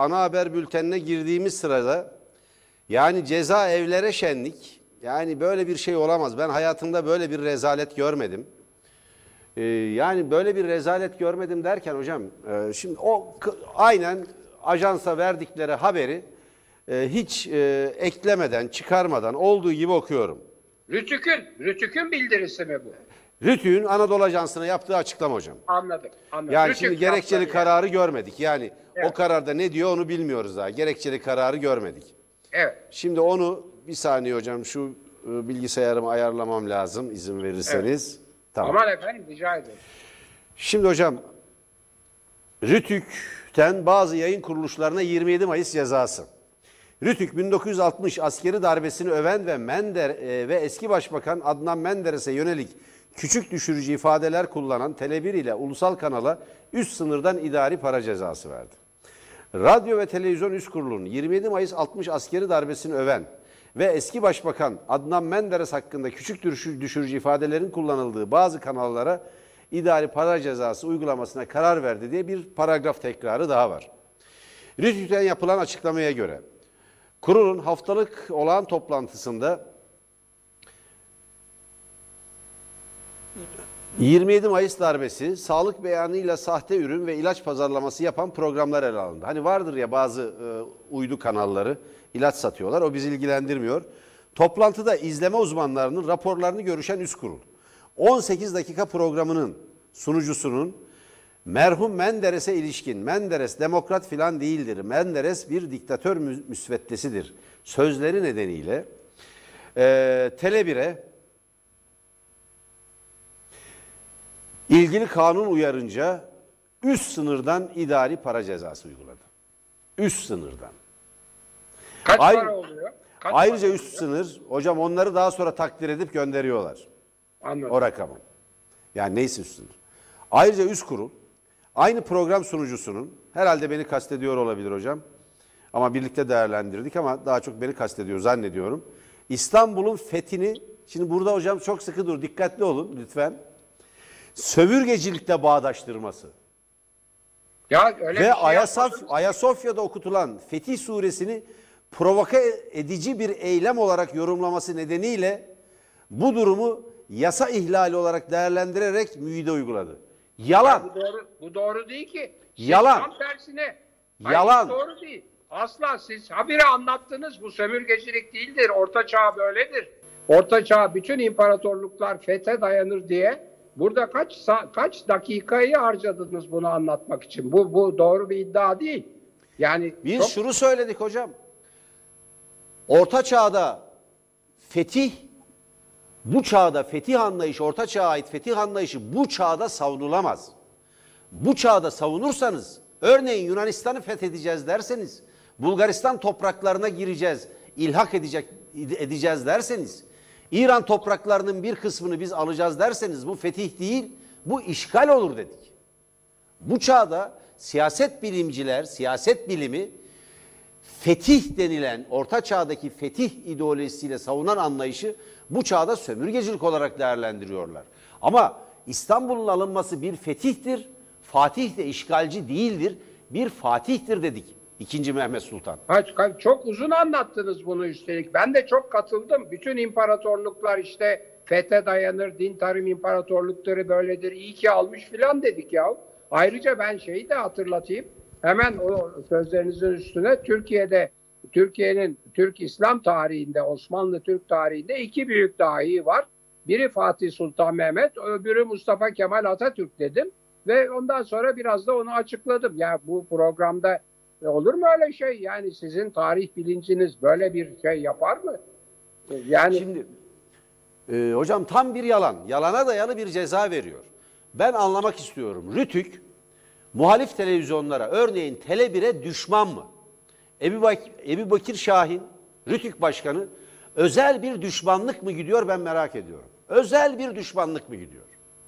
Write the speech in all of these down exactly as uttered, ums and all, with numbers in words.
ana haber bültenine girdiğimiz sırada yani cezaevlere şenlik, yani böyle bir şey olamaz. Ben hayatımda böyle bir rezalet görmedim. Ee, yani böyle bir rezalet görmedim derken hocam e, şimdi o aynen ajansa verdikleri haberi e, hiç e, eklemeden, çıkarmadan olduğu gibi okuyorum. Rütük'ün, Rütük'ün bildirisi mi bu? Rütük'ün Anadolu Ajansı'na yaptığı açıklama hocam. Anladım, anladım. Yani Rütük şimdi gerekçeli yani. kararı görmedik. Yani evet. O kararda ne diyor onu bilmiyoruz daha. Gerekçeli kararı görmedik. Evet. Şimdi onu bir saniye hocam şu e, bilgisayarımı ayarlamam lazım izin verirseniz. Evet. Tamam. Aman efendim rica ederim. Şimdi hocam Rütük'ten bazı yayın kuruluşlarına yirmi yedi Mayıs cezası. Rütük bin dokuz yüz altmış askeri darbesini öven ve Mender e, ve eski başbakan Adnan Menderes'e yönelik küçük düşürücü ifadeler kullanan Tele bir ile ulusal kanala üst sınırdan idari para cezası verdi. Radyo ve Televizyon Üst Kurulu'nun yirmi yedi Mayıs altmış askeri darbesini öven ve eski başbakan Adnan Menderes hakkında küçük düşürücü ifadelerin kullanıldığı bazı kanallara idari para cezası uygulamasına karar verdi diye bir paragraf tekrarı daha var. Rütük'ten yapılan açıklamaya göre kurulun haftalık olağan toplantısında yirmi yedi Mayıs darbesi, sağlık beyanıyla sahte ürün ve ilaç pazarlaması yapan programlar ele alındı. Hani vardır ya bazı e, uydu kanalları ilaç satıyorlar, o bizi ilgilendirmiyor. Toplantıda izleme uzmanlarının raporlarını görüşen üst kurul, on sekiz dakika programının sunucusunun merhum Menderes'e ilişkin, Menderes demokrat filan değildir, Menderes bir diktatör müsveddesidir sözleri nedeniyle e, Tele bir'e ilgili kanun uyarınca üst sınırdan idari para cezası uyguladı. Üst sınırdan. Kaç Ay para oluyor? Kaç ayrıca para üst oluyor? sınır, hocam onları daha sonra takdir edip gönderiyorlar. Anladım. O rakamı. Yani neyse üst sınır. Ayrıca üst kurul, aynı program sunucusunun, herhalde beni kastediyor olabilir hocam, ama birlikte değerlendirdik ama daha çok beni kastediyor zannediyorum. İstanbul'un fethini, şimdi burada hocam çok sıkı dur, dikkatli olun lütfen. Sömürgecilikle bağdaştırması. Ya öyle Ve bir şey Ayasaf, yapmadınız. Ayasofya'da okutulan Fetih Suresini provoke edici bir eylem olarak yorumlaması nedeniyle bu durumu yasa ihlali olarak değerlendirerek müeyyide uyguladı. Yalan. Ya bu doğru, bu doğru değil ki. Siz Yalan. Tam tersine. Yalan. Hayır, doğru değil. Asla siz habire anlattınız. Bu sömürgecilik değildir. Orta Çağ böyledir. Orta Çağ bütün imparatorluklar fethe dayanır diye burada kaç kaç dakikayı harcadınız bunu anlatmak için. Bu bu doğru bir iddia değil. Yani Biz çok... şunu söyledik hocam. Orta Çağ'da fetih, bu çağda fetih anlayışı, Orta Çağ'a ait fetih anlayışı bu çağda savunulamaz. Bu çağda savunursanız, örneğin Yunanistan'ı fethedeceğiz derseniz, Bulgaristan topraklarına gireceğiz, ilhak edecek, edeceğiz derseniz, İran topraklarının bir kısmını biz alacağız derseniz bu fetih değil, bu işgal olur dedik. Bu çağda siyaset bilimciler, siyaset bilimi fetih denilen, Orta Çağ'daki fetih ideolojisiyle savunan anlayışı bu çağda sömürgecilik olarak değerlendiriyorlar. Ama İstanbul'un alınması bir fetihtir, Fatih de işgalci değildir, bir fatihtir dedik. İkinci Mehmet Sultan. Çok uzun anlattınız bunu üstelik. Ben de çok katıldım. Bütün imparatorluklar işte fethe dayanır, din tarım imparatorlukları böyledir, iyi ki almış filan dedik ya. Ayrıca ben şeyi de hatırlatayım. Hemen o sözlerinizin üstüne Türkiye'de, Türkiye'nin Türk İslam tarihinde, Osmanlı Türk tarihinde iki büyük dahi var. Biri Fatih Sultan Mehmet, öbürü Mustafa Kemal Atatürk dedim. Ve ondan sonra biraz da onu açıkladım. Ya bu programda olur mu öyle şey? Yani sizin tarih bilinciniz böyle bir şey yapar mı? Yani şimdi e, hocam tam bir yalan. Yalana dayalı bir ceza veriyor. Ben anlamak istiyorum. Rütük muhalif televizyonlara, örneğin Tele bir'e düşman mı? Ebu, Bak Ebu Bakir Şahin, Rütük Başkanı, özel bir düşmanlık mı gidiyor ben merak ediyorum. Özel bir düşmanlık mı gidiyor?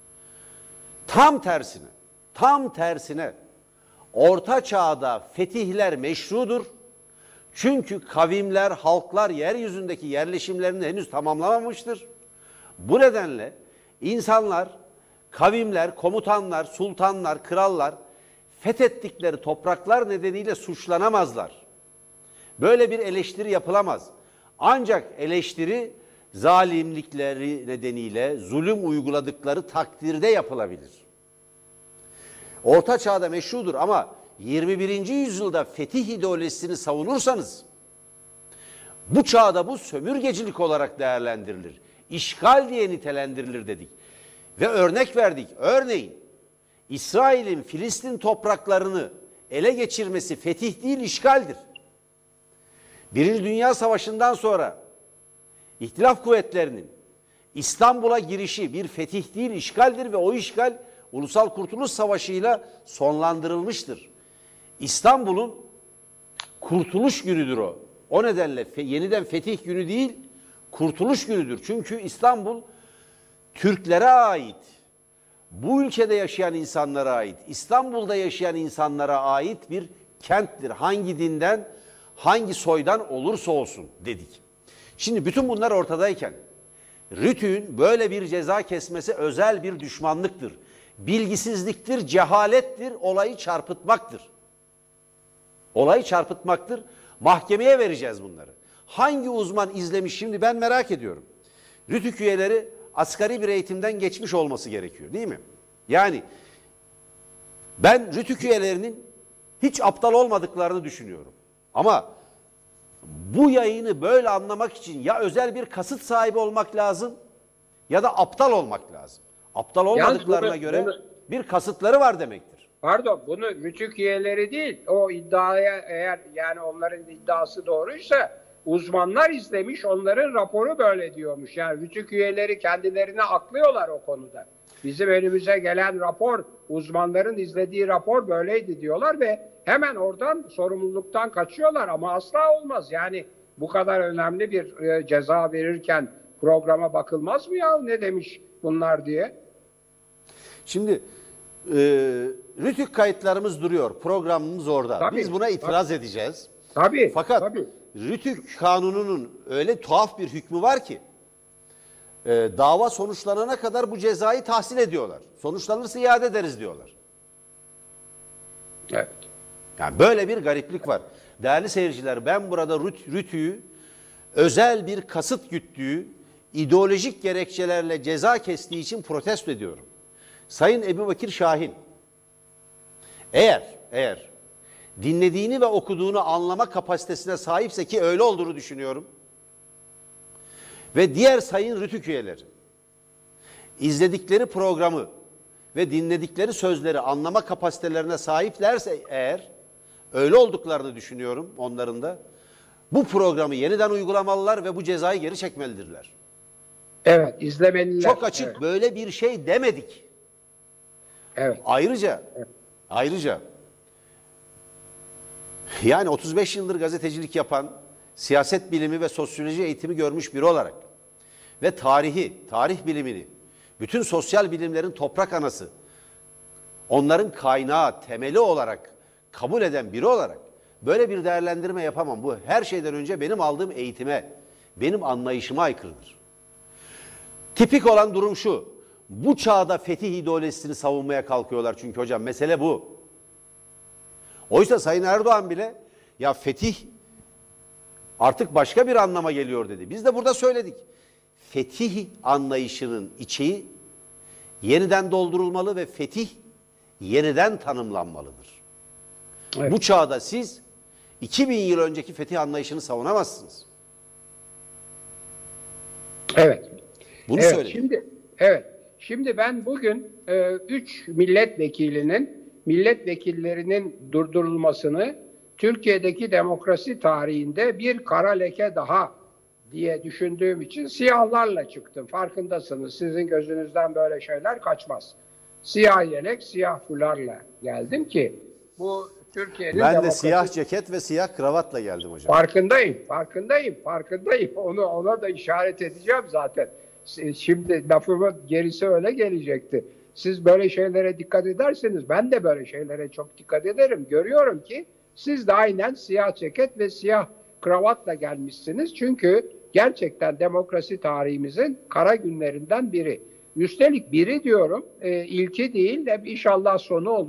Tam tersine, tam tersine Orta Çağ'da fetihler meşrudur. Çünkü kavimler, halklar yeryüzündeki yerleşimlerini henüz tamamlamamıştır. Bu nedenle insanlar, kavimler, komutanlar, sultanlar, krallar fethettikleri topraklar nedeniyle suçlanamazlar. Böyle bir eleştiri yapılamaz. Ancak eleştiri zalimlikleri nedeniyle zulüm uyguladıkları takdirde yapılabilir. Orta Çağ'da meşrudur ama yirmi birinci yüzyılda fetih ideolojisini savunursanız bu çağda bu sömürgecilik olarak değerlendirilir. İşgal diye nitelendirilir dedik. Ve örnek verdik. Örneğin İsrail'in Filistin topraklarını ele geçirmesi fetih değil, işgaldir. Birinci Dünya Savaşı'ndan sonra İhtilaf kuvvetlerinin İstanbul'a girişi bir fetih değil, işgaldir ve o işgal Ulusal Kurtuluş Savaşı'yla sonlandırılmıştır. İstanbul'un kurtuluş günüdür o. O nedenle fe, yeniden fetih günü değil, kurtuluş günüdür. Çünkü İstanbul Türklere ait, bu ülkede yaşayan insanlara ait, İstanbul'da yaşayan insanlara ait bir kenttir. Hangi dinden, hangi soydan olursa olsun dedik. Şimdi bütün bunlar ortadayken Rütük'ün böyle bir ceza kesmesi özel bir düşmanlıktır. Bilgisizliktir, cehalettir, olayı çarpıtmaktır. Olayı çarpıtmaktır. Mahkemeye vereceğiz bunları. Hangi uzman izlemiş şimdi ben merak ediyorum. Rütük üyeleri asgari bir eğitimden geçmiş olması gerekiyor değil mi? Yani ben Rütük üyelerinin hiç aptal olmadıklarını düşünüyorum. Ama bu yayını böyle anlamak için ya özel bir kasıt sahibi olmak lazım ya da aptal olmak lazım. Aptal olmadıklarına bunu, göre bunu, bir kasıtları var demektir. Pardon, bunu Rütük üyeleri değil, o iddiaya eğer yani onların iddiası doğruysa uzmanlar izlemiş, onların raporu böyle diyormuş. Yani Rütük üyeleri kendilerini aklıyorlar o konuda. Bizim önümüze gelen rapor, uzmanların izlediği rapor böyleydi diyorlar ve hemen oradan sorumluluktan kaçıyorlar ama asla olmaz. Yani bu kadar önemli bir e, ceza verirken programa bakılmaz mı ya ne demiş bunlar diye? Şimdi e, Rütük kayıtlarımız duruyor, programımız orada. Tabii, Biz buna itiraz tabii. edeceğiz. Tabii. Fakat tabii. Rütük kanununun öyle tuhaf bir hükmü var ki e, dava sonuçlanana kadar bu cezayı tahsil ediyorlar. Sonuçlanırsa iade ederiz diyorlar. Evet. Yani böyle bir gariplik var. Değerli seyirciler, ben burada Rüt, Rütük'ü özel bir kasıt güttüğü, ideolojik gerekçelerle ceza kestiği için protesto ediyorum. Sayın Ebubekir Şahin, eğer, eğer dinlediğini ve okuduğunu anlama kapasitesine sahipse ki öyle olduğunu düşünüyorum ve diğer sayın Rütük üyeleri izledikleri programı ve dinledikleri sözleri anlama kapasitelerine sahiplerse eğer, öyle olduklarını düşünüyorum onların da, bu programı yeniden uygulamalılar ve bu cezayı geri çekmelidirler. Evet, izlemeliler. Çok açık, evet. Böyle bir şey demedik. Evet. Ayrıca, evet. ayrıca yani otuz beş yıldır gazetecilik yapan, siyaset bilimi ve sosyoloji eğitimi görmüş biri olarak ve tarihi, tarih bilimini, bütün sosyal bilimlerin toprak anası, onların kaynağı, temeli olarak kabul eden biri olarak böyle bir değerlendirme yapamam. Bu her şeyden önce benim aldığım eğitime, benim anlayışıma aykırıdır. Tipik olan durum şu, bu çağda fetih ideolojisini savunmaya kalkıyorlar çünkü hocam mesele bu. Oysa Sayın Erdoğan bile ya fetih artık başka bir anlama geliyor dedi. Biz de burada söyledik. Fetih anlayışının içeriği yeniden doldurulmalı ve fetih yeniden tanımlanmalıdır. Evet. Bu çağda siz iki bin yıl önceki fetih anlayışını savunamazsınız. Evet. Bunu evet, söyledim. Şimdi, evet. Şimdi ben bugün e, üç milletvekilinin milletvekillerinin durdurulmasını Türkiye'deki demokrasi tarihinde bir kara leke daha diye düşündüğüm için siyahlarla çıktım. Farkındasınız. Sizin gözünüzden böyle şeyler kaçmaz. Siyah yelek, siyah fularla geldim ki bu Türkiye'nin Ben demokrasi... de siyah ceket ve siyah kravatla geldim hocam. Farkındayım, farkındayım, farkındayım. Onu ona da işaret edeceğim zaten. Şimdi lafımın gerisi öyle gelecekti. Siz böyle şeylere dikkat ederseniz ben de böyle şeylere çok dikkat ederim. Görüyorum ki siz de aynen siyah ceket ve siyah kravatla gelmişsiniz. Çünkü gerçekten demokrasi tarihimizin kara günlerinden biri. Üstelik biri diyorum, e, ilki değil de inşallah sonu olur.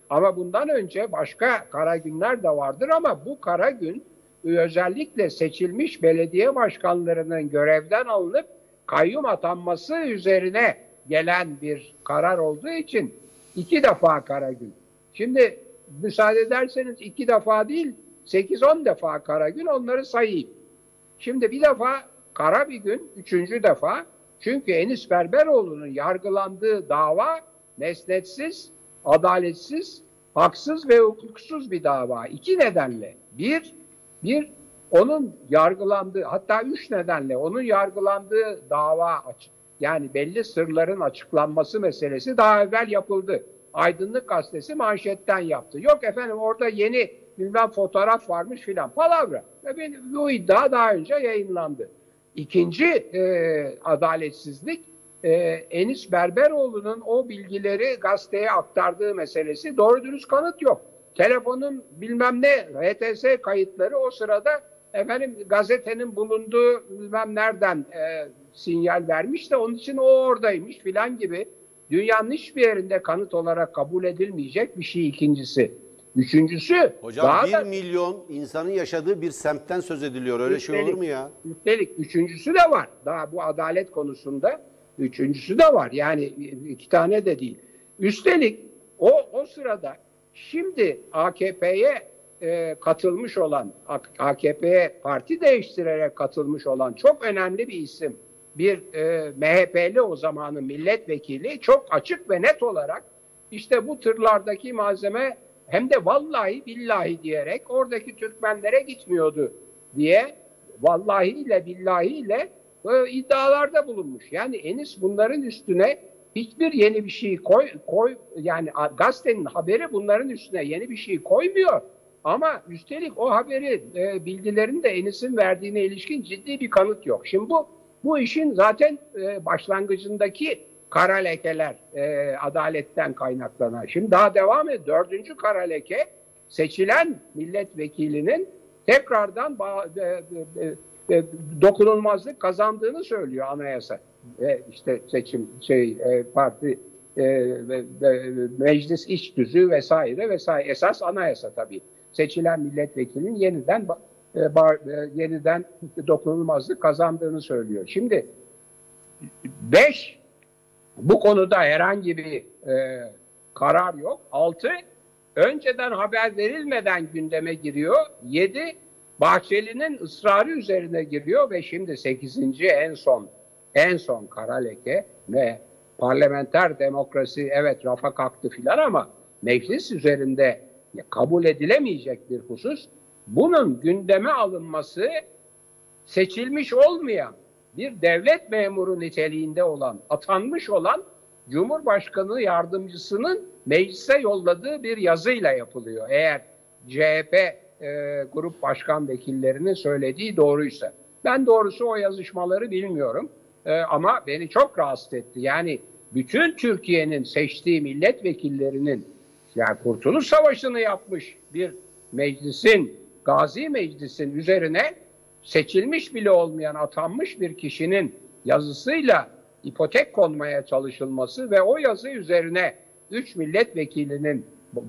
Ama bundan önce başka kara günler de vardır ama bu kara gün özellikle seçilmiş belediye başkanlarının görevden alınıp kayyum atanması üzerine gelen bir karar olduğu için iki defa kara gün. Şimdi müsaade ederseniz iki defa değil sekiz on defa kara gün, onları sayayım. Şimdi bir defa kara bir gün, üçüncü defa, çünkü Enis Berberoğlu'nun yargılandığı dava mesnetsiz, adaletsiz, haksız ve hukuksuz bir dava. İki nedenle. Bir, bir onun yargılandığı, hatta üç nedenle onun yargılandığı dava açık. Yani belli sırların açıklanması meselesi daha evvel yapıldı. Aydınlık Gazetesi manşetten yaptı. Yok efendim orada yeni bilmem fotoğraf varmış filan. Palavra. Ve bu iddia daha önce yayınlandı. İkinci e, adaletsizlik, e, Enis Berberoğlu'nun o bilgileri gazeteye aktardığı meselesi. Doğru dürüst kanıt yok. Telefonun bilmem ne H T S kayıtları o sırada efendim gazetenin bulunduğu bilmem nereden e, sinyal vermiş de onun için o oradaymış filan gibi dünyanın hiçbir yerinde kanıt olarak kabul edilmeyecek bir şey ikincisi. Üçüncüsü... Hocam daha bir da, milyon insanın yaşadığı bir semtten söz ediliyor. Öyle üstelik, şey olur mu ya? Üstelik üçüncüsü de var. Daha bu adalet konusunda üçüncüsü de var. Yani iki tane de değil. Üstelik o, o sırada şimdi A K P'ye e, katılmış olan, A K P'ye parti değiştirerek katılmış olan çok önemli bir isim, bir e, M H P'li o zamanın milletvekili çok açık ve net olarak işte bu tırlardaki malzeme hem de vallahi billahi diyerek oradaki Türkmenlere gitmiyordu diye vallahi ile billahi ile e, iddialarda bulunmuş. Yani Enis bunların üstüne hiçbir yeni bir şey koy, koy yani gazetenin haberi bunların üstüne yeni bir şey koymuyor. Ama üstelik o haberi e, bilgilerini de Enis'in verdiğine ilişkin ciddi bir kanıt yok. Şimdi bu bu işin zaten e, başlangıcındaki kara lekeler e, adaletten kaynaklanan. Şimdi daha devam ediyor. Dördüncü kara leke seçilen milletvekilinin tekrardan e, e, e, dokunulmazlık kazandığını söylüyor anayasa. E, işte seçim şey e, parti e, e, meclis iç tüzüğü vesaire vesaire. Esas anayasa tabii. Seçilen milletvekilinin yeniden e, bar, e, yeniden dokunulmazlık kazandığını söylüyor. Şimdi beş, bu konuda herhangi bir e, karar yok. Altı, önceden haber verilmeden gündeme giriyor. Yedi, Bahçeli'nin ısrarı üzerine giriyor ve şimdi sekizinci en son en son kara leke ve parlamenter demokrasi evet rafa kalktı filan ama meclis üzerinde kabul edilemeyecek bir husus. Bunun gündeme alınması seçilmiş olmayan bir devlet memuru niteliğinde olan, atanmış olan Cumhurbaşkanı yardımcısının meclise yolladığı bir yazıyla yapılıyor. Eğer C H P e, grup başkan vekillerinin söylediği doğruysa. Ben doğrusu o yazışmaları bilmiyorum e, ama beni çok rahatsız etti. Yani bütün Türkiye'nin seçtiği milletvekillerinin, yani Kurtuluş Savaşı'nı yapmış bir meclisin, Gazi Meclis'in üzerine seçilmiş bile olmayan atanmış bir kişinin yazısıyla ipotek konmaya çalışılması ve o yazı üzerine üç milletvekilinin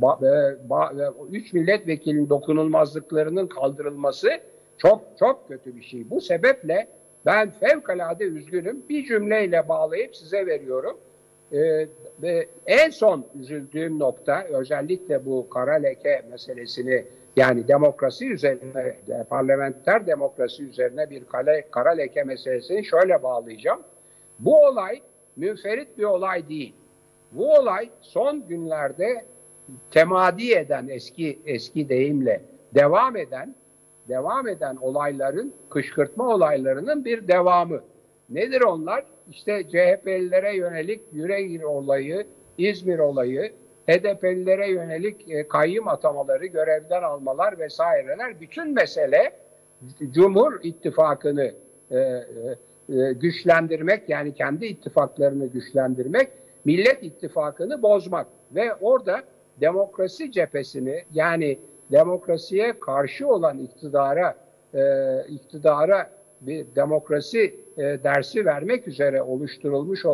üç milletvekilinin dokunulmazlıklarının kaldırılması çok çok kötü bir şey. Bu sebeple ben fevkalade üzgünüm. Bir cümleyle bağlayıp size veriyorum. Ee, ve en son üzüldüğüm nokta özellikle bu kara leke meselesini, yani demokrasi üzerine, parlamenter demokrasi üzerine bir kale, kara leke meselesini şöyle bağlayacağım. Bu olay münferit bir olay değil. Bu olay son günlerde temadi eden, eski eski deyimle devam eden devam eden olayların, kışkırtma olaylarının bir devamı. Nedir onlar? İşte C H P'lilere yönelik Yüreğir olayı, İzmir olayı, H D P'lilere yönelik e, kayyum atamaları, görevden almalar vesaireler. Bütün mesele Cumhur İttifakı'nı e, e, güçlendirmek, yani kendi ittifaklarını güçlendirmek, Millet İttifakı'nı bozmak ve orada demokrasi cephesini, yani demokrasiye karşı olan iktidara e, iktidara bir demokrasi e, dersi vermek üzere oluşturulmuş olan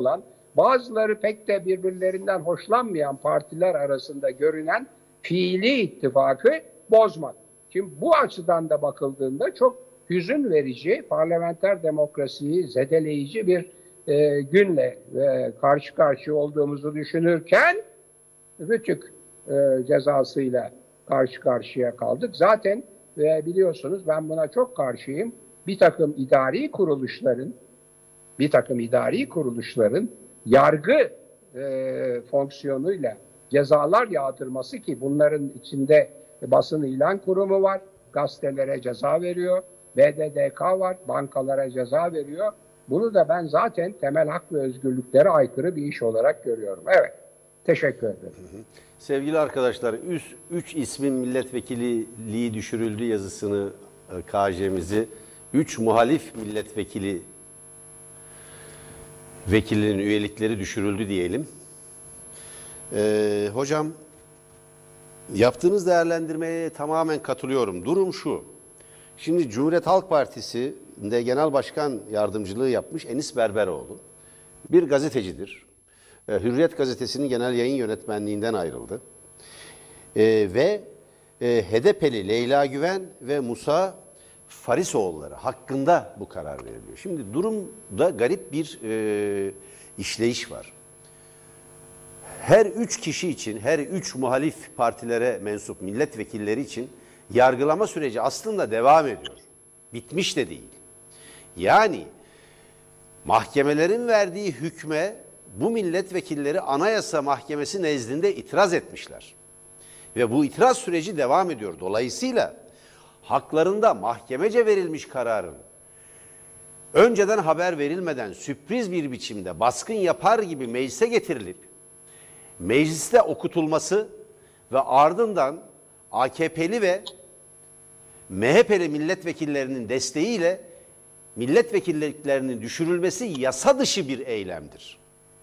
bazıları pek de birbirlerinden hoşlanmayan partiler arasında görünen fiili ittifakı bozmak. Şimdi bu açıdan da bakıldığında çok hüzün verici, parlamenter demokrasiyi zedeleyici bir e, günle e, karşı karşıya olduğumuzu düşünürken Rütük e, cezasıyla karşı karşıya kaldık. Zaten e, biliyorsunuz ben buna çok karşıyım. Bir takım idari kuruluşların bir takım idari kuruluşların yargı e, fonksiyonuyla cezalar yağdırması, ki bunların içinde basın ilan kurumu var, gazetelere ceza veriyor, B D D K var, bankalara ceza veriyor. Bunu da ben zaten temel hak ve özgürlüklere aykırı bir iş olarak görüyorum. Evet, teşekkür ederim. Hı hı. Sevgili arkadaşlar, üç ismin milletvekilliği düşürüldü yazısını, K J'mizi, üç muhalif milletvekili vekilinin üyelikleri düşürüldü diyelim. Ee, hocam, yaptığınız değerlendirmeye tamamen katılıyorum. Durum şu. Şimdi Cumhuriyet Halk Partisi'nde genel başkan yardımcılığı yapmış Enis Berberoğlu bir gazetecidir. Ee, Hürriyet Gazetesi'nin genel yayın yönetmenliğinden ayrıldı. Ee, ve e, H D P'li Leyla Güven ve Musa Farisoğulları hakkında bu karar veriliyor. Şimdi durumda garip bir e, işleyiş var. Her üç kişi için, her üç muhalif partilere mensup milletvekilleri için yargılama süreci aslında devam ediyor. Bitmiş de değil. Yani mahkemelerin verdiği hükme bu milletvekilleri Anayasa Mahkemesi nezdinde itiraz etmişler. Ve bu itiraz süreci devam ediyor. Dolayısıyla haklarında mahkemece verilmiş kararın önceden haber verilmeden sürpriz bir biçimde baskın yapar gibi meclise getirilip mecliste okutulması ve ardından A K P'li ve M H P'li milletvekillerinin desteğiyle milletvekilliklerinin düşürülmesi yasa dışı bir eylemdir.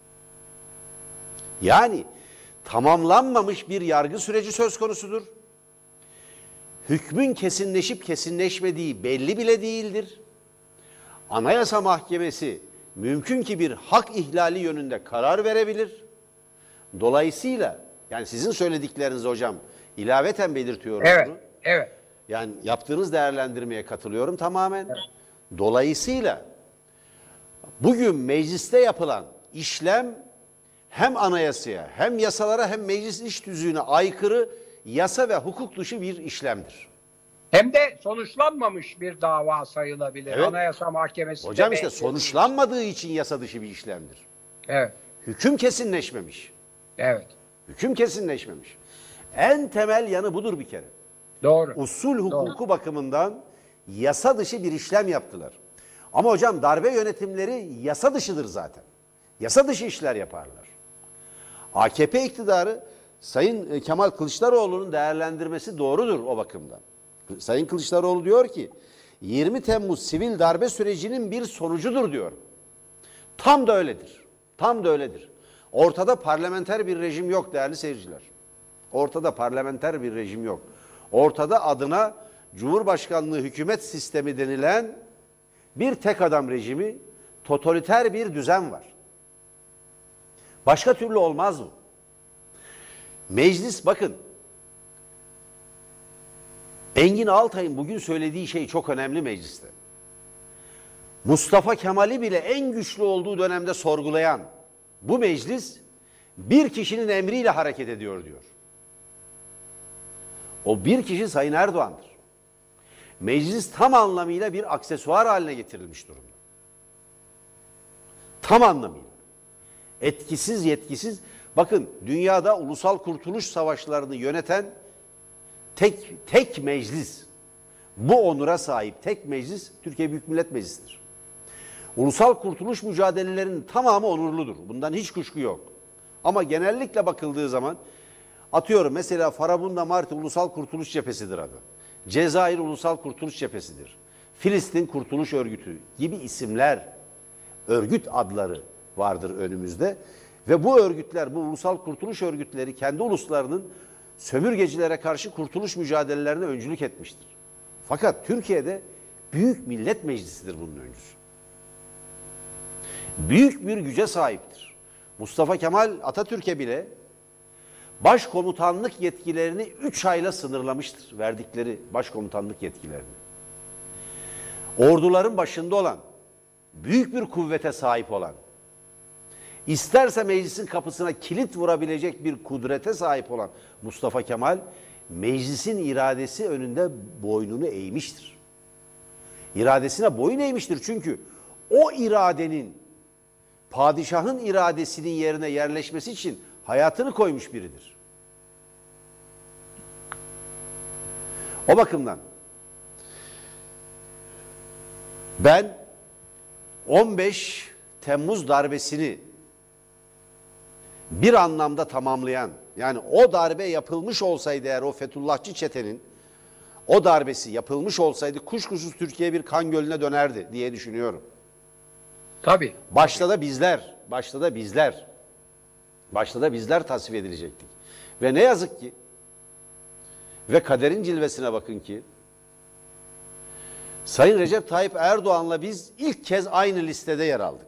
Yani tamamlanmamış bir yargı süreci söz konusudur. Hükmün kesinleşip kesinleşmediği belli bile değildir. Anayasa Mahkemesi mümkün ki bir hak ihlali yönünde karar verebilir. Dolayısıyla yani sizin söyledikleriniz hocam ilaveten belirtiyorum Evet, bunu. evet. Yani yaptığınız değerlendirmeye katılıyorum tamamen. Evet. Dolayısıyla bugün mecliste yapılan işlem hem anayasaya hem yasalara hem meclis iş tüzüğüne aykırı, yasa ve hukuk dışı bir işlemdir. Hem de sonuçlanmamış bir dava sayılabilir. Evet. Anayasa Mahkemesi. Hocam işte sonuçlanmadığı için yasa dışı bir işlemdir. Evet. Hüküm kesinleşmemiş. Evet. Hüküm kesinleşmemiş. En temel yanı budur bir kere. Doğru. Usul hukuku Doğru. bakımından yasa dışı bir işlem yaptılar. Ama hocam darbe yönetimleri yasa dışıdır zaten. Yasa dışı işler yaparlar. A K P iktidarı Sayın Kemal Kılıçdaroğlu'nun değerlendirmesi doğrudur o bakımdan. Sayın Kılıçdaroğlu diyor ki yirmi Temmuz sivil darbe sürecinin bir sonucudur diyor. Tam da öyledir. Tam da öyledir. Ortada parlamenter bir rejim yok değerli seyirciler. Ortada parlamenter bir rejim yok. Ortada adına Cumhurbaşkanlığı hükümet sistemi denilen bir tek adam rejimi, totaliter bir düzen var. Başka türlü olmaz mı? Meclis bakın, Engin Altay'ın bugün söylediği şey çok önemli mecliste. Mustafa Kemal'i bile en güçlü olduğu dönemde sorgulayan bu meclis bir kişinin emriyle hareket ediyor diyor. O bir kişi Sayın Erdoğan'dır. Meclis tam anlamıyla bir aksesuar haline getirilmiş durumda. Tam anlamıyla. Etkisiz, yetkisiz. Bakın dünyada ulusal kurtuluş savaşlarını yöneten tek tek meclis, bu onura sahip tek meclis Türkiye Büyük Millet Meclisi'dir. Ulusal kurtuluş mücadelelerinin tamamı onurludur. Bundan hiç kuşku yok. Ama genellikle bakıldığı zaman atıyorum mesela Farabunda Marti Ulusal Kurtuluş Cephesi'dir adı. Cezayir Ulusal Kurtuluş Cephesi'dir. Filistin Kurtuluş Örgütü gibi isimler, örgüt adları vardır önümüzde. Ve bu örgütler, bu ulusal kurtuluş örgütleri kendi uluslarının sömürgecilere karşı kurtuluş mücadelelerine öncülük etmiştir. Fakat Türkiye'de Büyük Millet Meclisi'dir bunun öncüsü. Büyük bir güce sahiptir. Mustafa Kemal Atatürk'e bile başkomutanlık yetkilerini üç ayla sınırlamıştır. Verdikleri başkomutanlık yetkilerini. Orduların başında olan, büyük bir kuvvete sahip olan, isterse meclisin kapısına kilit vurabilecek bir kudrete sahip olan Mustafa Kemal, meclisin iradesi önünde boynunu eğmiştir. İradesine boyun eğmiştir çünkü o iradenin, padişahın iradesinin yerine yerleşmesi için hayatını koymuş biridir. O bakımdan ben on beş Temmuz darbesini bir anlamda tamamlayan, yani o darbe yapılmış olsaydı eğer o Fethullahçı çetenin o darbesi yapılmış olsaydı kuşkusuz Türkiye bir kan gölüne dönerdi diye düşünüyorum. Tabii. Başta da bizler, başta da bizler, başta da bizler tasfiye edilecektik. Ve ne yazık ki, ve kaderin cilvesine bakın ki, Sayın Recep Tayyip Erdoğan'la biz ilk kez aynı listede yer aldık.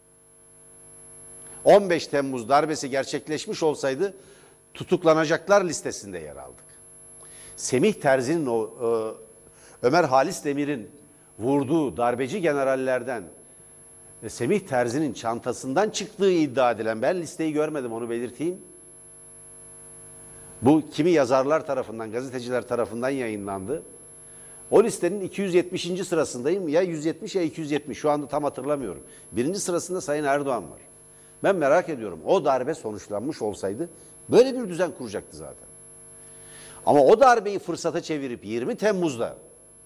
on beş Temmuz darbesi gerçekleşmiş olsaydı tutuklanacaklar listesinde yer aldık. Semih Terzi'nin o e, Ömer Halis Demir'in vurduğu darbeci generallerden e, Semih Terzi'nin çantasından çıktığı iddia edilen, ben listeyi görmedim onu belirteyim. Bu kimi yazarlar tarafından, gazeteciler tarafından yayınlandı. O listenin iki yüz yetmişinci sırasındayım. Ya yüz yetmiş ya iki yüz yetmiş. Şu anda tam hatırlamıyorum. Birinci sırasında Sayın Erdoğan var. Ben merak ediyorum. O darbe sonuçlanmış olsaydı böyle bir düzen kuracaktı zaten. Ama o darbeyi fırsata çevirip yirmi Temmuz'da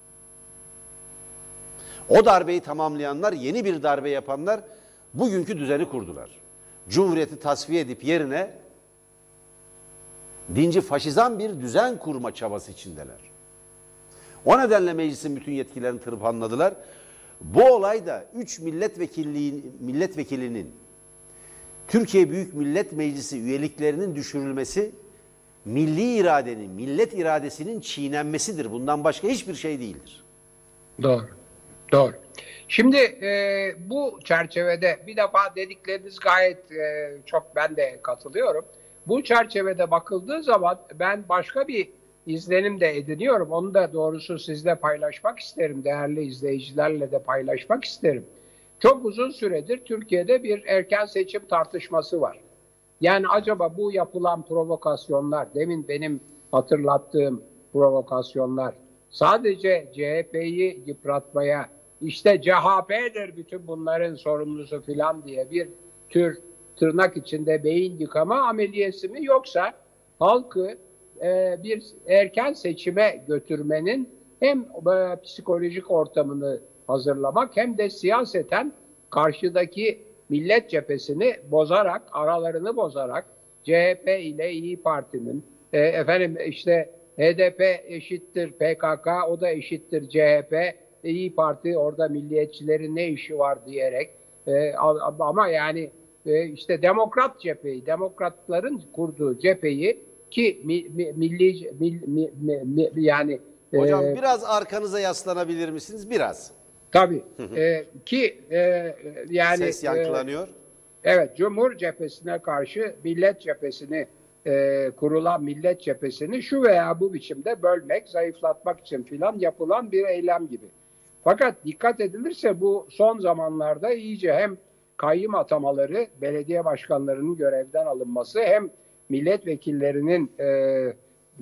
o darbeyi tamamlayanlar, yeni bir darbe yapanlar bugünkü düzeni kurdular. Cumhuriyeti tasfiye edip yerine dinci faşizan bir düzen kurma çabası içindeler. O nedenle meclisin bütün yetkilerini tırpanladılar. Bu olayda üç milletvekilliğin, milletvekilinin Türkiye Büyük Millet Meclisi üyeliklerinin düşürülmesi, milli iradenin, millet iradesinin çiğnenmesidir. Bundan başka hiçbir şey değildir. Doğru. Doğru. Şimdi e, bu çerçevede bir defa dedikleriniz gayet e, çok, ben de katılıyorum. Bu çerçevede bakıldığı zaman ben başka bir izlenim de ediniyorum. Onu da doğrusu sizle paylaşmak isterim. Değerli izleyicilerle de paylaşmak isterim. Çok uzun süredir Türkiye'de bir erken seçim tartışması var. Yani acaba bu yapılan provokasyonlar, demin benim hatırlattığım provokasyonlar sadece C H P'yi yıpratmaya, işte C H P'dir bütün bunların sorumlusu filan diye bir tür tırnak içinde beyin yıkama ameliyesi mi, yoksa halkı e, bir erken seçime götürmenin hem e, psikolojik ortamını hazırlamak hem de siyaseten karşıdaki millet cephesini bozarak, aralarını bozarak C H P ile İYİ Parti'nin e, efendim işte H D P eşittir P K K, o da eşittir C H P, İYİ Parti orada milliyetçilerin ne işi var diyerek e, ama yani e, işte demokrat cepheyi, demokratların kurduğu cepheyi ki mi, mi, milli mi, mi, mi, mi, yani Hocam e, biraz arkanıza yaslanabilir misiniz? Biraz. tabii e, ki e, yani Ses yankılanıyor. E, evet, Cumhur cephesine karşı millet cephesini e, kurulan millet cephesini şu veya bu biçimde bölmek, zayıflatmak için filan yapılan bir eylem gibi. Fakat dikkat edilirse bu son zamanlarda iyice hem kayyım atamaları, belediye başkanlarının görevden alınması, hem milletvekillerinin e, e,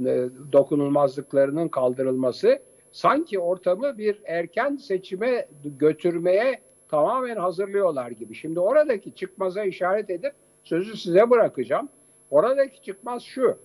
dokunulmazlıklarının kaldırılması sanki ortamı bir erken seçime götürmeye tamamen hazırlıyorlar gibi. Şimdi oradaki çıkmaza işaret edip sözü size bırakacağım. Oradaki çıkmaz şu: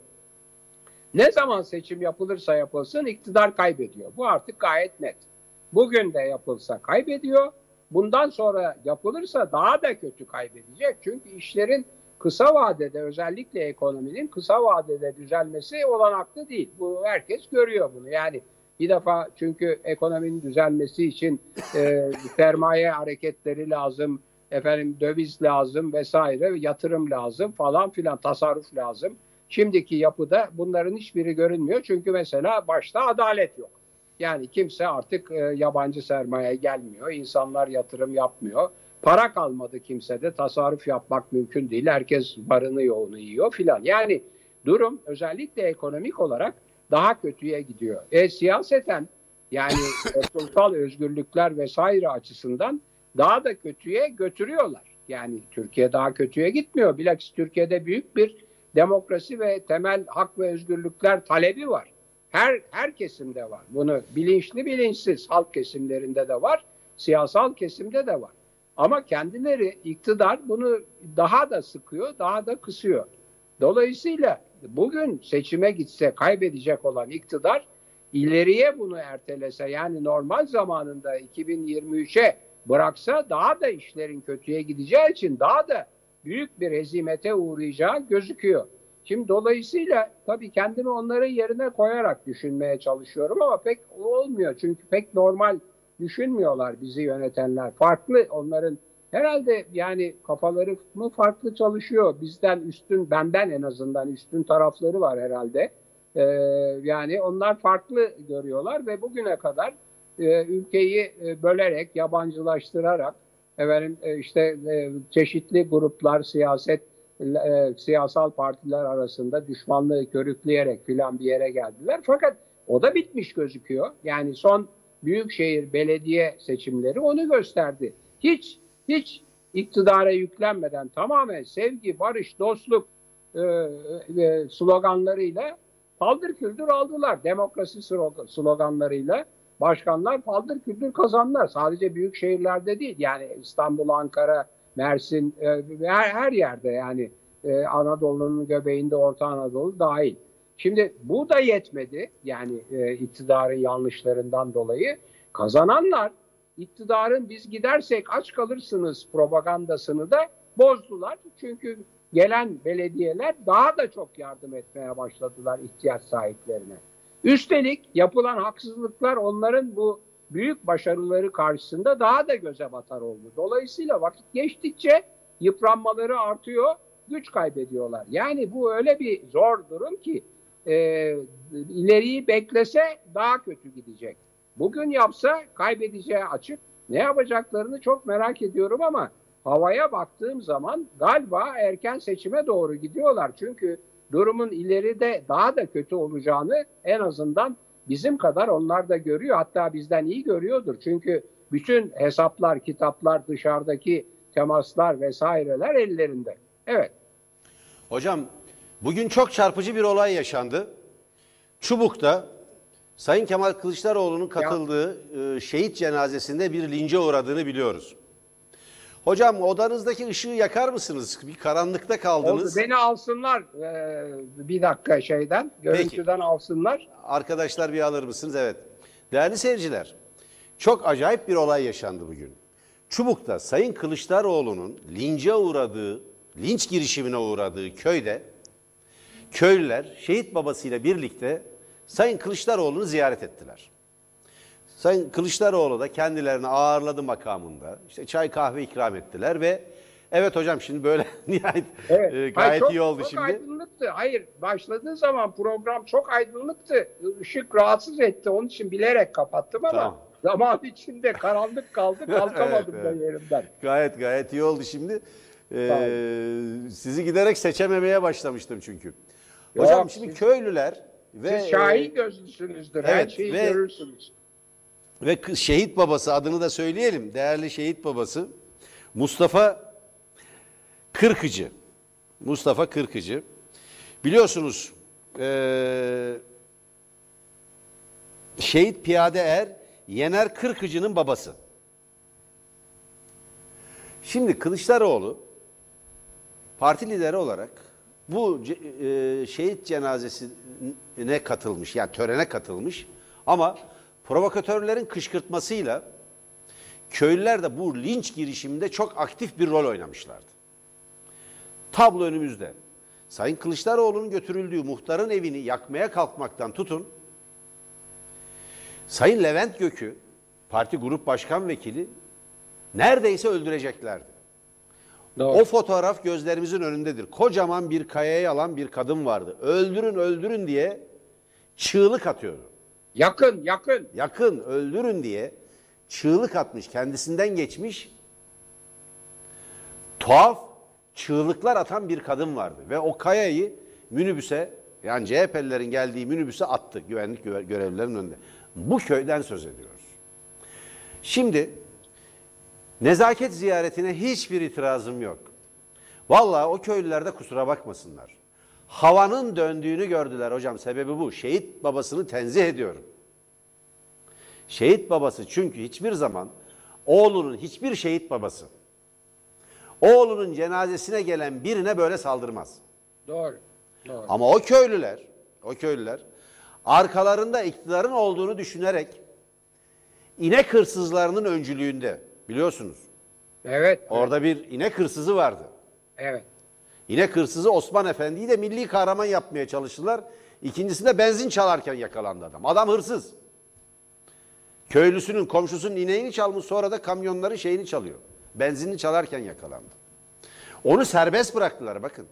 ne zaman seçim yapılırsa yapılsın iktidar kaybediyor. Bu artık gayet net. Bugün de yapılsa kaybediyor. Bundan sonra yapılırsa daha da kötü kaybedecek. Çünkü işlerin kısa vadede, özellikle ekonominin kısa vadede düzelmesi olanaklı değil. Bu herkes görüyor bunu. Yani bir defa çünkü ekonominin düzelmesi için e, sermaye hareketleri lazım, efendim döviz lazım vesaire, yatırım lazım falan filan, tasarruf lazım. Şimdiki yapıda bunların hiçbiri görünmüyor. Çünkü mesela başta adalet yok. Yani kimse artık e, yabancı sermaye gelmiyor, insanlar yatırım yapmıyor. Para kalmadı kimsede. Tasarruf yapmak mümkün değil. Herkes barını yoğunu yiyor filan. Yani durum özellikle ekonomik olarak daha kötüye gidiyor. E siyaseten yani toplumsal özgürlükler vesaire açısından daha da kötüye götürüyorlar. Yani Türkiye daha kötüye gitmiyor. Bilakis Türkiye'de büyük bir demokrasi ve temel hak ve özgürlükler talebi var. Her her kesimde var. Bunu bilinçli bilinçsiz halk kesimlerinde de var, siyasal kesimde de var. Ama kendileri iktidar bunu daha da sıkıyor, daha da kısıyor. Dolayısıyla bugün seçime gitse kaybedecek olan iktidar ileriye bunu ertelese, yani normal zamanında iki bin yirmi üçe bıraksa daha da işlerin kötüye gideceği için daha da büyük bir hezimete uğrayacağı gözüküyor. Şimdi dolayısıyla tabii kendimi onların yerine koyarak düşünmeye çalışıyorum ama pek olmuyor. Çünkü pek normal düşünmüyorlar bizi yönetenler. Farklı onların herhalde, yani kafaları mı farklı çalışıyor? Bizden üstün, benden en azından üstün tarafları var herhalde. Ee, yani onlar farklı görüyorlar ve bugüne kadar e, ülkeyi e, bölerek, yabancılaştırarak, efendim e, işte e, çeşitli gruplar, siyaset e, siyasal partiler arasında düşmanlığı körükleyerek filan bir yere geldiler. Fakat o da bitmiş gözüküyor. Yani son büyükşehir belediye seçimleri onu gösterdi. Hiç hiç iktidara yüklenmeden tamamen sevgi, barış, dostluk e, e, sloganlarıyla paldır küldür aldılar. Demokrasi sloganlarıyla başkanlar paldır küldür kazandılar. Sadece büyük şehirlerde değil. Yani İstanbul, Ankara, Mersin, e, her, her yerde, yani e, Anadolu'nun göbeğinde Orta Anadolu dahil. Şimdi bu da yetmedi. Yani e, iktidarın yanlışlarından dolayı kazananlar iktidarın biz gidersek aç kalırsınız propagandasını da bozdular. Çünkü gelen belediyeler daha da çok yardım etmeye başladılar ihtiyaç sahiplerine. Üstelik yapılan haksızlıklar onların bu büyük başarıları karşısında daha da göze batar oldu. Dolayısıyla vakit geçtikçe yıpranmaları artıyor, güç kaybediyorlar. Yani bu öyle bir zor durum ki e, ileriyi beklese daha kötü gidecek. Bugün yapsa kaybedeceği açık. Ne yapacaklarını çok merak ediyorum ama havaya baktığım zaman galiba erken seçime doğru gidiyorlar. Çünkü durumun ileride daha da kötü olacağını en azından bizim kadar onlar da görüyor. Hatta bizden iyi görüyordur. Çünkü bütün hesaplar, kitaplar, dışarıdaki temaslar vesaireler ellerinde. Evet. Hocam bugün çok çarpıcı bir olay yaşandı. Çubuk'ta Sayın Kemal Kılıçdaroğlu'nun katıldığı ya. şehit cenazesinde bir lince uğradığını biliyoruz. Hocam odanızdaki ışığı yakar mısınız? Bir karanlıkta kaldınız. Oldu. Beni alsınlar ee, bir dakika şeyden, görüntüden Peki. alsınlar. Arkadaşlar bir alır mısınız? Evet. Değerli seyirciler, çok acayip bir olay yaşandı bugün. Çubuk'ta Sayın Kılıçdaroğlu'nun lince uğradığı, linç girişimine uğradığı köyde köylüler şehit babasıyla birlikte Sayın Kılıçdaroğlu'nu ziyaret ettiler. Sayın Kılıçdaroğlu da kendilerini ağırladı makamında. İşte çay kahve ikram ettiler ve evet hocam şimdi böyle nihayet evet. e, gayet Hayır, çok, iyi oldu çok şimdi. Çok aydınlıktı. Hayır, başladığı zaman program çok aydınlıktı. Işık rahatsız etti. Onun için bilerek kapattım ama tamam. zaman içinde karanlık kaldı. Kalkamadım evet, da evet. yerimden. Gayet gayet iyi oldu şimdi. Ee, sizi giderek seçememeye başlamıştım çünkü. Hocam Yok, şimdi siz, köylüler ve siz şahin gözlüsünüzdür. Evet, her şeyi ve, görürsünüz. Ve şehit babası, adını da söyleyelim. Değerli şehit babası Mustafa Kırkıcı. Mustafa Kırkıcı. Biliyorsunuz ee, şehit piyade er Yener Kırkıcı'nın babası. Şimdi Kılıçdaroğlu parti lideri olarak bu e, şehit cenazesine katılmış, yani törene katılmış ama provokatörlerin kışkırtmasıyla köylüler de bu linç girişiminde çok aktif bir rol oynamışlardı. Tablo önümüzde. Sayın Kılıçdaroğlu'nun götürüldüğü muhtarın evini yakmaya kalkmaktan tutun, Sayın Levent Gök'ü, parti grup başkan vekili, neredeyse öldüreceklerdi. Doğru. O fotoğraf gözlerimizin önündedir. Kocaman bir kayaya alan bir kadın vardı. Öldürün, öldürün diye çığlık atıyordu. Yakın, yakın. Yakın, öldürün diye çığlık atmış, kendisinden geçmiş. tuhaf çığlıklar atan bir kadın vardı. Ve o kayayı minibüse, yani C H P'lilerin geldiği minibüse attı güvenlik görevlilerinin önünde. Bu köyden söz ediyoruz. Şimdi nezaket ziyaretine hiçbir itirazım yok. Vallahi o köylüler de kusura bakmasınlar. Havanın döndüğünü gördüler hocam. Sebebi bu. Şehit babasını tenzih ediyorum. Şehit babası çünkü hiçbir zaman oğlunun hiçbir şehit babası oğlunun cenazesine gelen birine böyle saldırmaz. Doğru. Doğru. Ama o köylüler, o köylüler arkalarında iktidarın olduğunu düşünerek inek hırsızlarının öncülüğünde, biliyorsunuz. Evet. Orada evet. bir inek hırsızı vardı. Evet. İnek hırsızı Osman Efendi'yi de milli kahraman yapmaya çalıştılar. İkincisinde benzin çalarken yakalandı adam. Adam hırsız. Köylüsünün, komşusunun ineğini çalmış, sonra da kamyonların şeyini çalıyor. Benzinini çalarken yakalandı. Onu serbest bıraktılar bakın.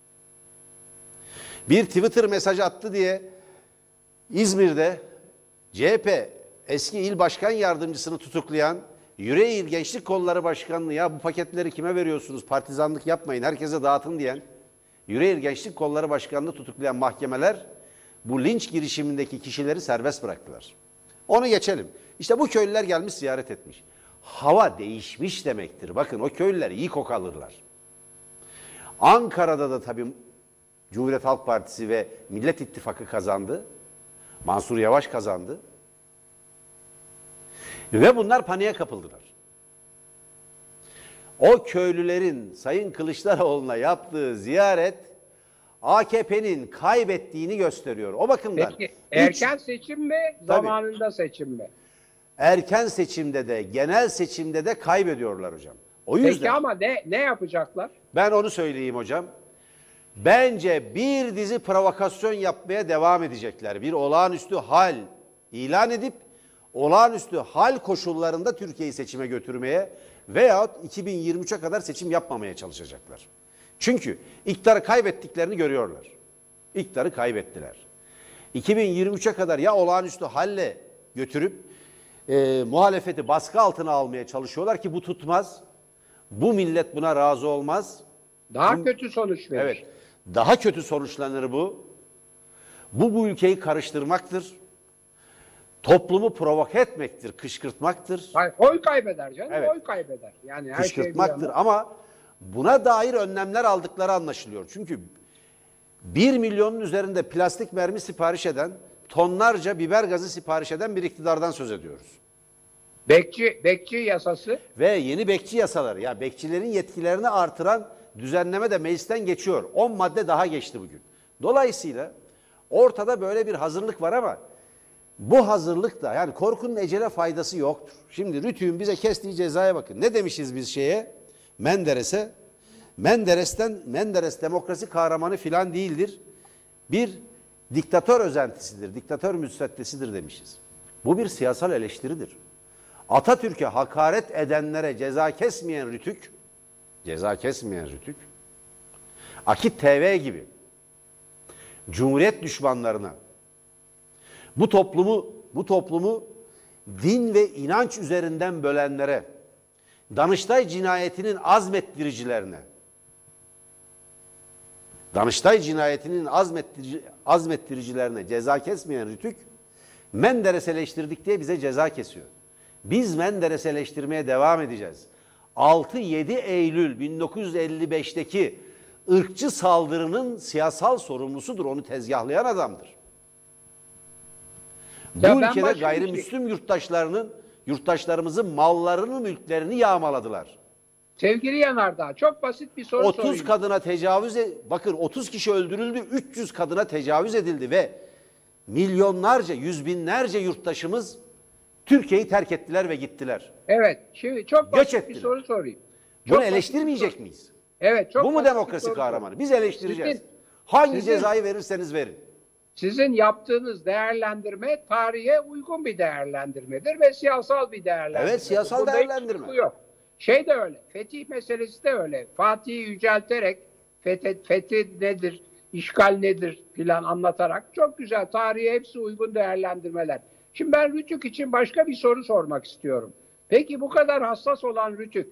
Bir Twitter mesajı attı diye İzmir'de C H P eski il başkan yardımcısını tutuklayan Yüreğir Gençlik Kolları Başkanlığı, ya bu paketleri kime veriyorsunuz, partizanlık yapmayın, herkese dağıtın diyen Yüreğir Gençlik Kolları Başkanlığı tutuklayan mahkemeler bu linç girişimindeki kişileri serbest bıraktılar. Onu geçelim. İşte bu köylüler gelmiş, ziyaret etmiş. Hava değişmiş demektir. Bakın o köylüler iyi koku alırlar. Ankara'da da tabii Cumhuriyet Halk Partisi ve Millet İttifakı kazandı. Mansur Yavaş kazandı. Ve bunlar paniğe kapıldılar. O köylülerin Sayın Kılıçdaroğlu'na yaptığı ziyaret A K P'nin kaybettiğini gösteriyor. O bakımdan. Peki erken üç, seçim mi, zamanında tabii, seçim mi? Erken seçimde de, genel seçimde de kaybediyorlar hocam. O yüzden. Peki ama ne ne yapacaklar? Ben onu söyleyeyim hocam. Bence bir dizi provokasyon yapmaya devam edecekler. Bir olağanüstü hal ilan edip olağanüstü hal koşullarında Türkiye'yi seçime götürmeye veyahut iki bin yirmi üçe kadar seçim yapmamaya çalışacaklar. Çünkü iktidarı kaybettiklerini görüyorlar. İktidarı kaybettiler. iki bin yirmi üçe kadar ya olağanüstü halle götürüp e, muhalefeti baskı altına almaya çalışıyorlar ki bu tutmaz. Bu millet buna razı olmaz. Daha bu, kötü sonuç verir. Evet. Daha kötü sonuçlanır bu. Bu bu ülkeyi karıştırmaktır. Toplumu provoke etmektir, kışkırtmaktır. Hayır, oy kaybeder canım, evet. oy kaybeder. Yani her kışkırtmaktır şey ama buna dair önlemler aldıkları anlaşılıyor. Çünkü bir milyonun üzerinde plastik mermi sipariş eden, tonlarca biber gazı sipariş eden bir iktidardan söz ediyoruz. Bekçi, bekçi yasası. Ve yeni bekçi yasaları, ya bekçilerin yetkilerini artıran düzenleme de meclisten geçiyor. on madde daha geçti bugün. Dolayısıyla ortada böyle bir hazırlık var ama bu hazırlık da, yani korkunun ecele faydası yoktur. Şimdi Rütük'ün bize kestiği cezaya bakın. Ne demişiz biz şeye? Menderes'e. Menderes'ten, Menderes demokrasi kahramanı filan değildir. Bir diktatör özentisidir, diktatör müsveddesidir demişiz. Bu bir siyasal eleştiridir. Atatürk'e hakaret edenlere ceza kesmeyen Rütük, ceza kesmeyen Rütük, Akit T V gibi Cumhuriyet düşmanlarına, bu toplumu bu toplumu din ve inanç üzerinden bölenlere, Danıştay cinayetinin azmettiricilerine, Danıştay cinayetinin azmettirici, azmettiricilerine ceza kesmeyen Rütük, Menderes eleştirdik diye bize ceza kesiyor. Biz Menderes eleştirmeye devam edeceğiz. altı yedi Eylül bin dokuz yüz elli beş'teki ırkçı saldırının siyasal sorumlusudur. Onu tezgahlayan adamdır. Bu Ya ülkede gayrimüslim yurttaşlarının, yurttaşlarımızın mallarını, mülklerini yağmaladılar. Sevgili Yanardağ, çok basit bir soru otuz sorayım. kadına tecavüz, bakın otuz kişi öldürüldü, üç yüz kadına tecavüz edildi ve milyonlarca, yüz binlerce yurttaşımız Türkiye'yi terk ettiler ve gittiler. Evet, şimdi çok basit Göç bir ettiler. soru sorayım. Bunu Çok eleştirmeyecek miyiz? Evet, çok Bu mu basit bir demokrasi soru kahramanı? sorayım. Biz eleştireceğiz. Sizin, Hangi sizin, cezayı verirseniz verin. Sizin yaptığınız değerlendirme tarihe uygun bir değerlendirmedir ve siyasal bir değerlendirme. Evet, siyasal Bunda değerlendirme. hiç yok. Şey de öyle, fetih meselesi de öyle. Fatih'i yücelterek, fethi, fethi nedir, işgal nedir filan anlatarak çok güzel, tarihe hepsi uygun değerlendirmeler. Şimdi ben Rütük için başka bir soru sormak istiyorum. Peki bu kadar hassas olan Rütük,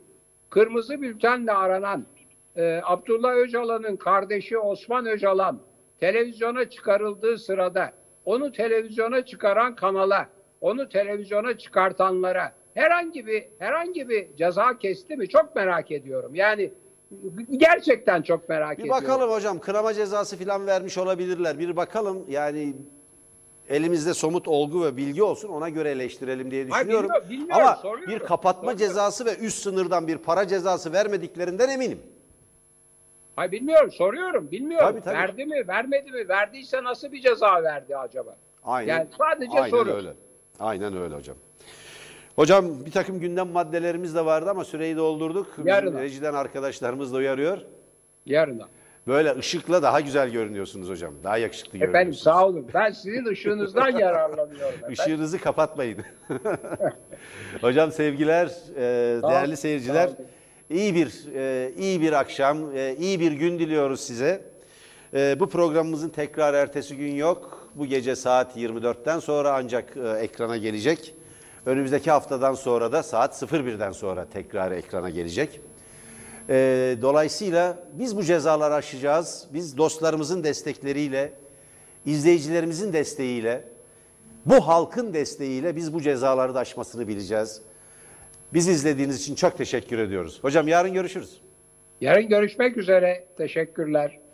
kırmızı bültenle aranan e, Abdullah Öcalan'ın kardeşi Osman Öcalan televizyona çıkarıldığı sırada onu televizyona çıkaran kanala, onu televizyona çıkartanlara herhangi bir herhangi bir ceza kesti mi? Çok merak ediyorum. Yani gerçekten çok merak Bir ediyorum. bakalım hocam, kınama cezası falan vermiş olabilirler. Bir bakalım yani, elimizde somut olgu ve bilgi olsun, ona göre eleştirelim diye Hayır, düşünüyorum. bilmiyorum, bilmiyorum, Ama soruyorum. bir kapatma Soruyorum. cezası ve üst sınırdan bir para cezası vermediklerinden eminim. Hayır, bilmiyorum, soruyorum. Bilmiyorum. Tabii, tabii. Verdi mi, vermedi mi? Verdiyse nasıl bir ceza verdi acaba? Aynen. Yani sadece Aynen soru. öyle. Aynen öyle hocam. Hocam bir takım gündem maddelerimiz de vardı ama süreyi doldurduk. Bizim Yarına. rejiden arkadaşlarımız da uyarıyor. Yarına. Böyle ışıkla daha güzel görünüyorsunuz hocam. Daha yakışıklı Efendim görünüyorsunuz. sağ olun. Ben sizin ışığınızdan yararlanıyorum. Efendim. Işığınızı kapatmayın. Hocam sevgiler, e, Sağ değerli olun, seyirciler. sağ olun. İyi bir e, iyi bir akşam, e, iyi bir gün diliyoruz size. E, bu programımızın tekrar ertesi gün yok. Bu gece saat yirmi dörtten sonra ancak e, ekrana gelecek. Önümüzdeki haftadan sonra da saat sıfır birden sonra tekrar ekrana gelecek. E, dolayısıyla biz bu cezaları aşacağız. Biz dostlarımızın destekleriyle, izleyicilerimizin desteğiyle, bu halkın desteğiyle biz bu cezaları da aşmasını bileceğiz. Bizi izlediğiniz için çok teşekkür ediyoruz. Hocam yarın görüşürüz. Yarın görüşmek üzere. Teşekkürler.